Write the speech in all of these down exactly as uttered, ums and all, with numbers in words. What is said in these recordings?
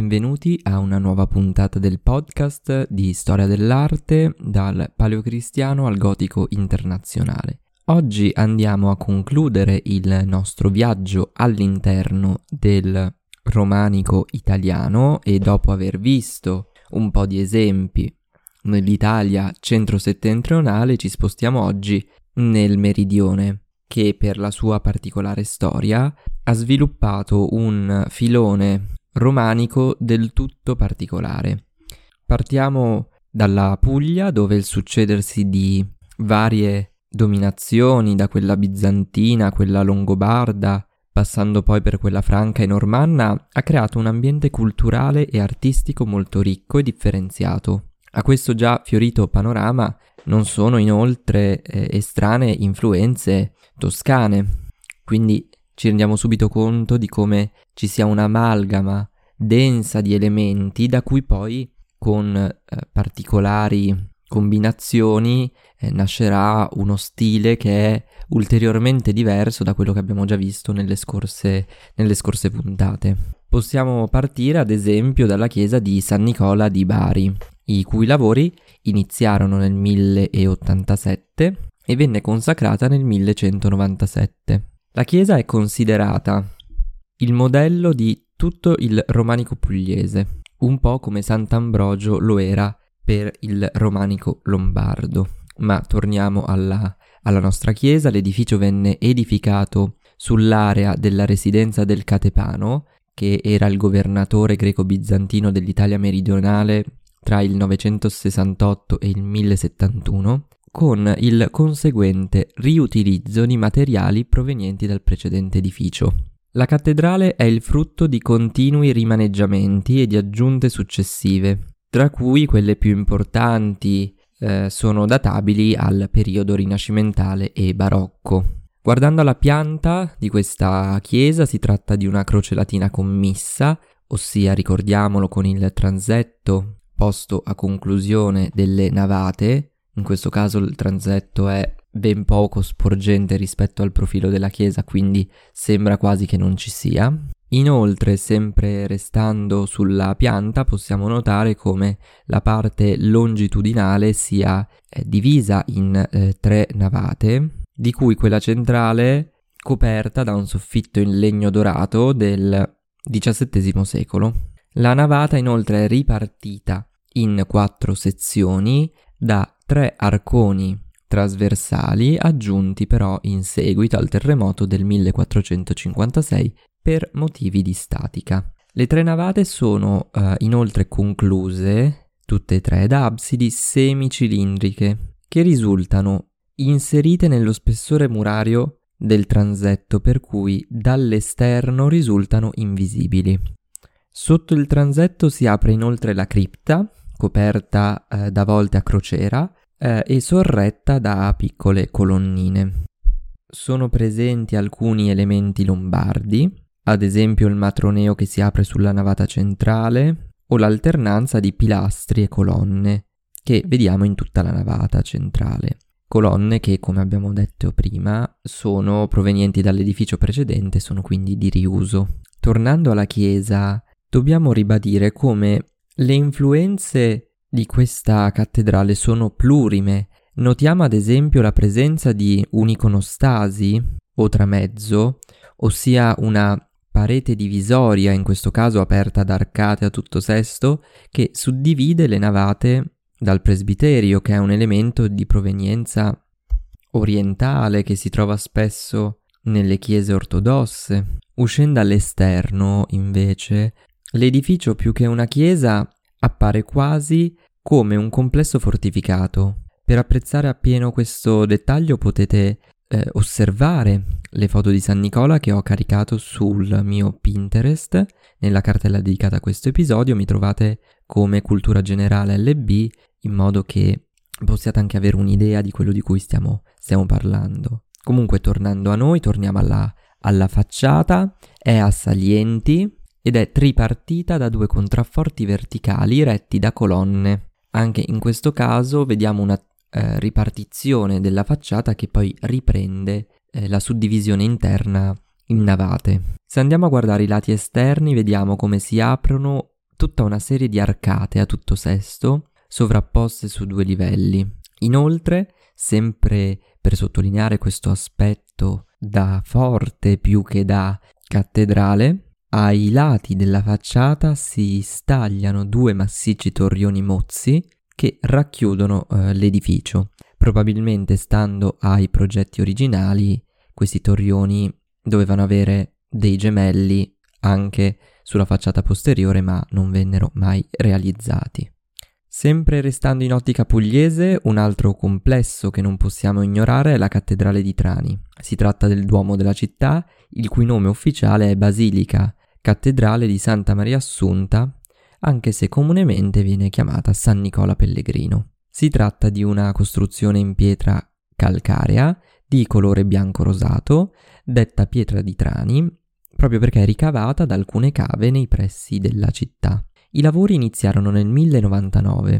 benvenuti a una nuova puntata del podcast di Storia dell'arte dal Paleocristiano al Gotico internazionale. Oggi andiamo a concludere il nostro viaggio all'interno del romanico italiano e dopo aver visto un po' di esempi nell'Italia centro-settentrionale ci spostiamo oggi nel meridione, che per la sua particolare storia ha sviluppato un filone romanico del tutto particolare. Partiamo dalla Puglia, dove il succedersi di varie dominazioni, da quella bizantina a quella longobarda, passando poi per quella franca e normanna, ha creato un ambiente culturale e artistico molto ricco e differenziato. A questo già fiorito panorama non sono inoltre eh, estranee influenze toscane, quindi ci rendiamo subito conto di come ci sia un'amalgama densa di elementi da cui poi con eh, particolari combinazioni eh, nascerà uno stile che è ulteriormente diverso da quello che abbiamo già visto nelle scorse, nelle scorse puntate. Possiamo partire ad esempio dalla chiesa di San Nicola di Bari, i cui lavori iniziarono nel mille ottantasette e venne consacrata nel millecentonovantasette. La chiesa è considerata il modello di tutto il romanico pugliese, un po' come Sant'Ambrogio lo era per il romanico lombardo. Ma torniamo alla, alla nostra chiesa. L'edificio venne edificato sull'area della residenza del Catepano, che era il governatore greco-bizantino dell'Italia meridionale tra il novecentosessantotto e il millesettantuno, con il conseguente riutilizzo di materiali provenienti dal precedente edificio. La cattedrale è il frutto di continui rimaneggiamenti e di aggiunte successive, tra cui quelle più importanti eh, sono databili al periodo rinascimentale e barocco. Guardando la pianta di questa chiesa si tratta di una croce latina commissa, ossia, ricordiamolo, con il transetto posto a conclusione delle navate. In questo caso il transetto è ben poco sporgente rispetto al profilo della chiesa, quindi sembra quasi che non ci sia. Inoltre, sempre restando sulla pianta, possiamo notare come la parte longitudinale sia eh, divisa in eh, tre navate, di cui quella centrale coperta da un soffitto in legno dorato del diciassettesimo secolo. La navata inoltre è ripartita in quattro sezioni da tre arconi trasversali aggiunti però in seguito al terremoto del millequattrocentocinquantasei per motivi di statica. Le tre navate sono uh, inoltre concluse, tutte e tre, da absidi semicilindriche che risultano inserite nello spessore murario del transetto, per cui dall'esterno risultano invisibili. Sotto il transetto si apre inoltre la cripta, coperta eh, da volte a crociera eh, e sorretta da piccole colonnine. Sono presenti alcuni elementi lombardi, ad esempio il matroneo che si apre sulla navata centrale o l'alternanza di pilastri e colonne che vediamo in tutta la navata centrale. Colonne che, come abbiamo detto prima, sono provenienti dall'edificio precedente, sono quindi di riuso. Tornando alla chiesa, dobbiamo ribadire come le influenze di questa cattedrale sono plurime. Notiamo ad esempio la presenza di un'iconostasi o tramezzo, ossia una parete divisoria, in questo caso aperta ad arcate a tutto sesto, che suddivide le navate dal presbiterio, che è un elemento di provenienza orientale che si trova spesso nelle chiese ortodosse. Uscendo all'esterno, invece, l'edificio più che una chiesa appare quasi come un complesso fortificato. Per apprezzare appieno questo dettaglio potete eh, osservare le foto di San Nicola che ho caricato sul mio Pinterest. Nella cartella dedicata a questo episodio mi trovate come Cultura Generale L B, in modo che possiate anche avere un'idea di quello di cui stiamo, stiamo parlando. Comunque, tornando a noi, torniamo alla, alla facciata. È a salienti ed è tripartita da due contrafforti verticali retti da colonne. Anche in questo caso vediamo una eh, ripartizione della facciata che poi riprende eh, la suddivisione interna in navate. Se andiamo a guardare i lati esterni, vediamo come si aprono tutta una serie di arcate a tutto sesto sovrapposte su due livelli. Inoltre, sempre per sottolineare questo aspetto da forte più che da cattedrale, ai lati della facciata si stagliano due massicci torrioni mozzi che racchiudono eh, l'edificio. Probabilmente, stando ai progetti originali, questi torrioni dovevano avere dei gemelli anche sulla facciata posteriore, ma non vennero mai realizzati. Sempre restando in ottica pugliese, un altro complesso che non possiamo ignorare è la cattedrale di Trani. Si tratta del duomo della città, il cui nome ufficiale è Basilica Cattedrale di Santa Maria Assunta, anche se comunemente viene chiamata San Nicola Pellegrino. Si tratta di una costruzione in pietra calcarea di colore bianco rosato, detta pietra di Trani, proprio perché è ricavata da alcune cave nei pressi della città. I lavori iniziarono nel millecentonovantanove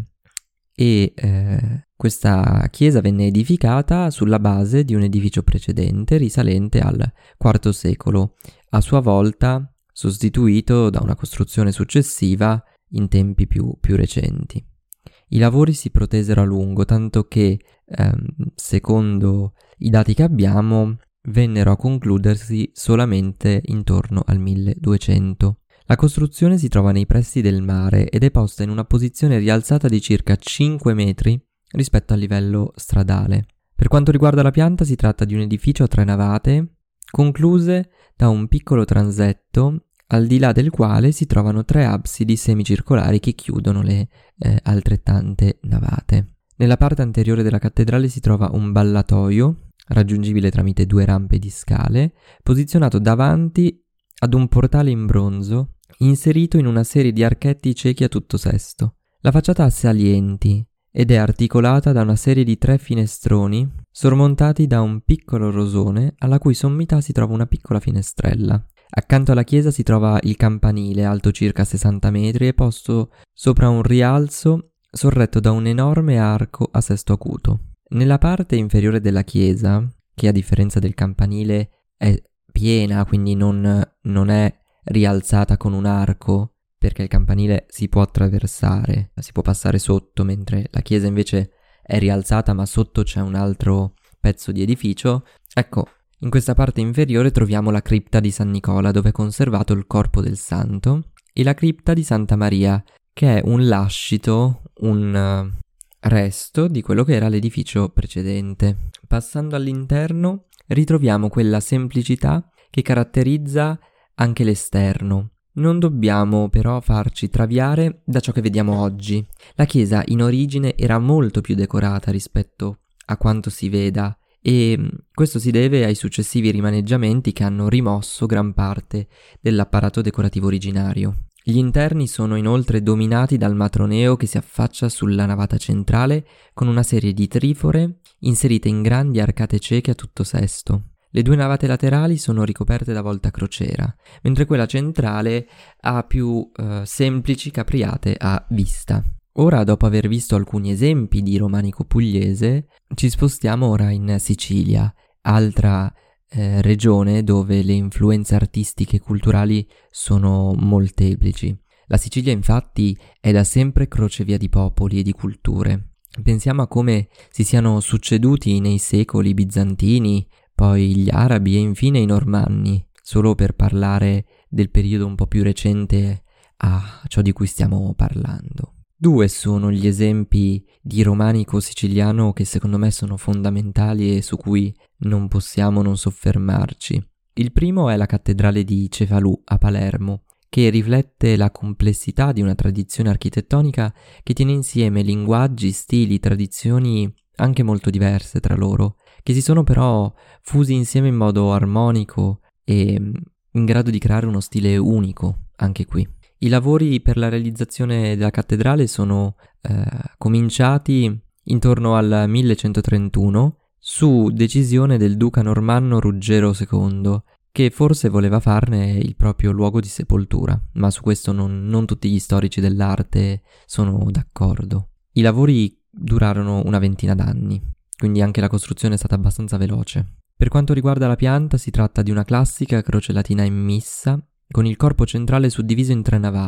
e eh, questa chiesa venne edificata sulla base di un edificio precedente risalente al quarto secolo, a sua volta sostituito da una costruzione successiva in tempi più, più recenti. I lavori si protesero a lungo, tanto che, ehm, secondo i dati che abbiamo, vennero a concludersi solamente intorno al milleduecento. La costruzione si trova nei pressi del mare ed è posta in una posizione rialzata di circa cinque metri rispetto al livello stradale. Per quanto riguarda la pianta, si tratta di un edificio a tre navate, concluse da un piccolo transetto, al di là del quale si trovano tre absidi semicircolari che chiudono le eh, altrettante navate. Nella parte anteriore della cattedrale si trova un ballatoio, raggiungibile tramite due rampe di scale, posizionato davanti ad un portale in bronzo, inserito in una serie di archetti ciechi a tutto sesto. La facciata ha salienti ed è articolata da una serie di tre finestroni sormontati da un piccolo rosone alla cui sommità si trova una piccola finestrella. Accanto alla chiesa si trova il campanile, alto circa sessanta metri e posto sopra un rialzo sorretto da un enorme arco a sesto acuto. Nella parte inferiore della chiesa, che a differenza del campanile è piena, quindi non, non è rialzata con un arco, perché il campanile si può attraversare, si può passare sotto, mentre la chiesa invece è rialzata ma sotto c'è un altro pezzo di edificio. Ecco, in questa parte inferiore troviamo la cripta di San Nicola, dove è conservato il corpo del santo, e la cripta di Santa Maria, che è un lascito, un resto di quello che era l'edificio precedente. Passando all'interno ritroviamo quella semplicità che caratterizza anche l'esterno. Non dobbiamo però farci traviare da ciò che vediamo oggi. La chiesa in origine era molto più decorata rispetto a quanto si veda e questo si deve ai successivi rimaneggiamenti che hanno rimosso gran parte dell'apparato decorativo originario. Gli interni sono inoltre dominati dal matroneo che si affaccia sulla navata centrale con una serie di trifore inserite in grandi arcate cieche a tutto sesto. Le due navate laterali sono ricoperte da volta a crociera, mentre quella centrale ha più eh, semplici capriate a vista. Ora, dopo aver visto alcuni esempi di romanico pugliese, ci spostiamo ora in Sicilia, altra eh, regione dove le influenze artistiche e culturali sono molteplici. La Sicilia infatti è da sempre crocevia di popoli e di culture. Pensiamo a come si siano succeduti nei secoli i bizantini, poi gli arabi e infine i normanni, solo per parlare del periodo un po' più recente a ciò di cui stiamo parlando. Due sono gli esempi di romanico siciliano che secondo me sono fondamentali e su cui non possiamo non soffermarci. Il primo è la cattedrale di Cefalù a Palermo, che riflette la complessità di una tradizione architettonica che tiene insieme linguaggi, stili, tradizioni anche molto diverse tra loro, che si sono però fusi insieme in modo armonico e in grado di creare uno stile unico anche qui. I lavori per la realizzazione della cattedrale sono eh, cominciati intorno al millecentotrentuno su decisione del duca normanno Ruggero secondo, che forse voleva farne il proprio luogo di sepoltura, ma su questo non, non tutti gli storici dell'arte sono d'accordo. I lavori durarono una ventina d'anni, quindi anche la costruzione è stata abbastanza veloce. Per quanto riguarda la pianta, si tratta di una classica croce latina in missa, con il corpo centrale suddiviso in tre navate.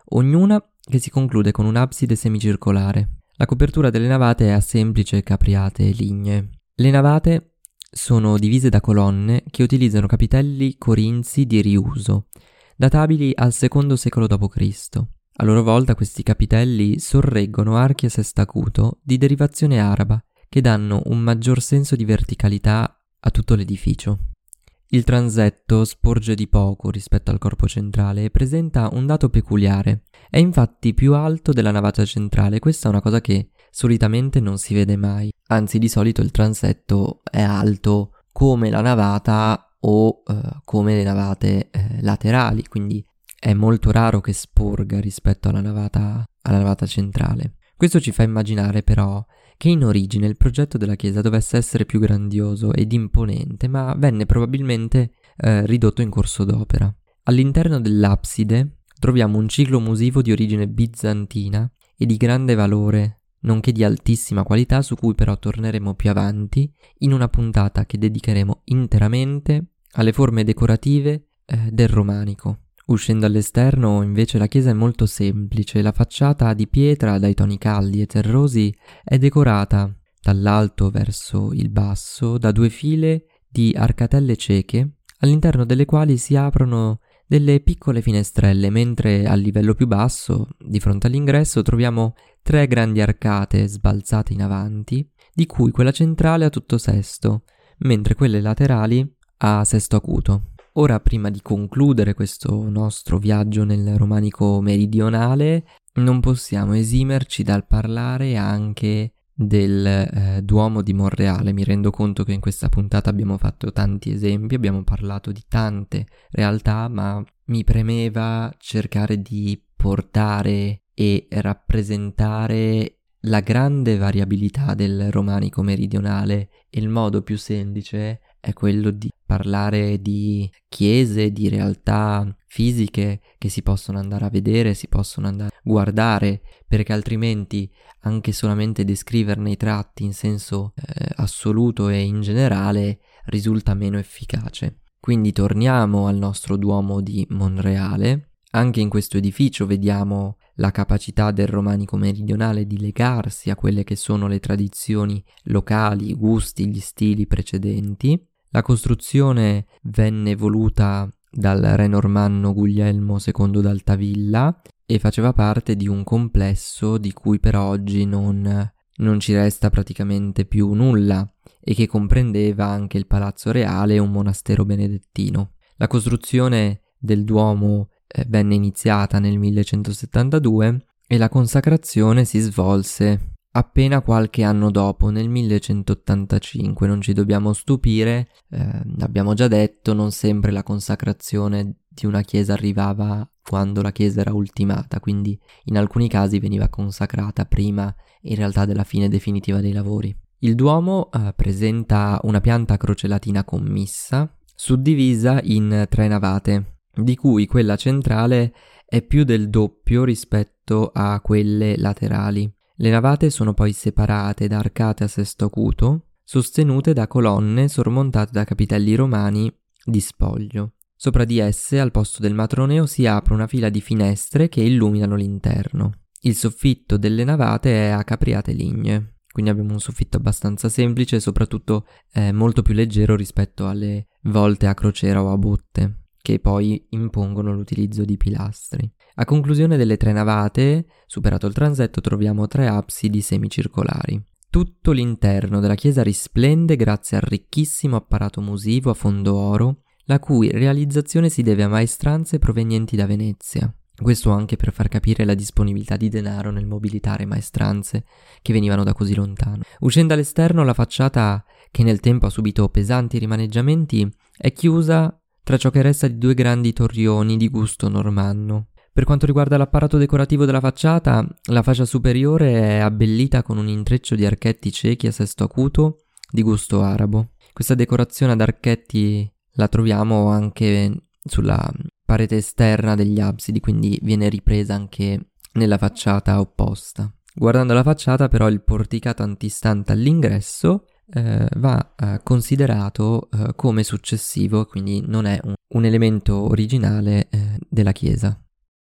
ognuna che si conclude con un'abside semicircolare. La copertura delle navate è a semplici capriate lignee. Le navate sono divise da colonne che utilizzano capitelli corinzi di riuso, databili al secondo secolo dopo Cristo. A loro volta questi capitelli sorreggono archi a sesto acuto di derivazione araba che danno un maggior senso di verticalità a tutto l'edificio. Il transetto sporge di poco rispetto al corpo centrale e presenta un dato peculiare. È infatti più alto della navata centrale. Questa è una cosa che solitamente non si vede mai. Anzi, di solito il transetto è alto come la navata o eh, come le navate eh, laterali, quindi è molto raro che sporga rispetto alla navata, alla navata centrale. Questo ci fa immaginare però che in origine il progetto della chiesa dovesse essere più grandioso ed imponente, ma venne probabilmente eh, ridotto in corso d'opera. All'interno dell'abside troviamo un ciclo musivo di origine bizantina e di grande valore, nonché di altissima qualità, su cui però torneremo più avanti in una puntata che dedicheremo interamente alle forme decorative eh, del romanico. Uscendo all'esterno, invece, la chiesa è molto semplice. La facciata di pietra dai toni caldi e terrosi è decorata dall'alto verso il basso da due file di arcatelle cieche, all'interno delle quali si aprono delle piccole finestrelle, mentre al livello più basso, di fronte all'ingresso, troviamo tre grandi arcate sbalzate in avanti, di cui quella centrale ha tutto sesto, mentre quelle laterali ha sesto acuto. Ora, prima di concludere questo nostro viaggio nel romanico meridionale, non possiamo esimerci dal parlare anche del eh, Duomo di Monreale. Mi rendo conto che in questa puntata abbiamo fatto tanti esempi, abbiamo parlato di tante realtà, ma mi premeva cercare di portare e rappresentare la grande variabilità del romanico meridionale, e il modo più semplice è quello di parlare di chiese, di realtà fisiche che si possono andare a vedere, si possono andare a guardare, perché altrimenti anche solamente descriverne i tratti in senso eh, assoluto e in generale risulta meno efficace. Quindi torniamo al nostro Duomo di Monreale. Anche in questo edificio vediamo la capacità del romanico meridionale di legarsi a quelle che sono le tradizioni locali, i gusti, gli stili precedenti. La costruzione venne voluta dal re normanno Guglielmo secondo d'Altavilla e faceva parte di un complesso di cui per oggi non, non ci resta praticamente più nulla, e che comprendeva anche il palazzo reale e un monastero benedettino. La costruzione del Duomo eh, venne iniziata nel millecentosettantadue e la consacrazione si svolse appena qualche anno dopo, nel millecentottantacinque. Non ci dobbiamo stupire, eh, abbiamo già detto, non sempre la consacrazione di una chiesa arrivava quando la chiesa era ultimata, quindi in alcuni casi veniva consacrata prima in realtà della fine definitiva dei lavori. Il Duomo eh, presenta una pianta a croce latina commissa, suddivisa in tre navate, di cui quella centrale è più del doppio rispetto a quelle laterali. Le navate sono poi separate da arcate a sesto acuto, sostenute da colonne sormontate da capitelli romani di spoglio. Sopra di esse, al posto del matroneo, si apre una fila di finestre che illuminano l'interno. Il soffitto delle navate è a capriate lignee, quindi abbiamo un soffitto abbastanza semplice e soprattutto eh, molto più leggero rispetto alle volte a crociera o a botte, che poi impongono l'utilizzo di pilastri. A conclusione delle tre navate, superato il transetto, troviamo tre absidi semicircolari. Tutto l'interno della chiesa risplende grazie al ricchissimo apparato musivo a fondo oro, la cui realizzazione si deve a maestranze provenienti da Venezia. Questo anche per far capire la disponibilità di denaro nel mobilitare maestranze che venivano da così lontano. Uscendo all'esterno, la facciata, che nel tempo ha subito pesanti rimaneggiamenti, è chiusa tra ciò che resta di due grandi torrioni di gusto normanno. Per quanto riguarda l'apparato decorativo della facciata, la fascia superiore è abbellita con un intreccio di archetti ciechi a sesto acuto di gusto arabo. Questa decorazione ad archetti la troviamo anche sulla parete esterna degli absidi, quindi viene ripresa anche nella facciata opposta. Guardando la facciata, però, il porticato antistante all'ingresso eh, va eh, considerato eh, come successivo, quindi non è un, un elemento originale eh, della chiesa.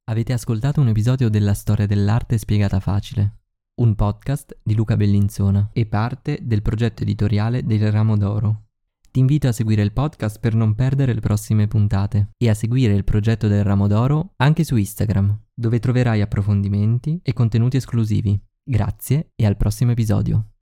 Avete ascoltato un episodio della Storia dell'arte spiegata facile, un podcast di Luca Bellinzona e parte del progetto editoriale del Ramo d'Oro. Ti invito a seguire il podcast per non perdere le prossime puntate e a seguire il progetto del Ramo d'Oro anche su Instagram, dove troverai approfondimenti e contenuti esclusivi. Grazie e al prossimo episodio.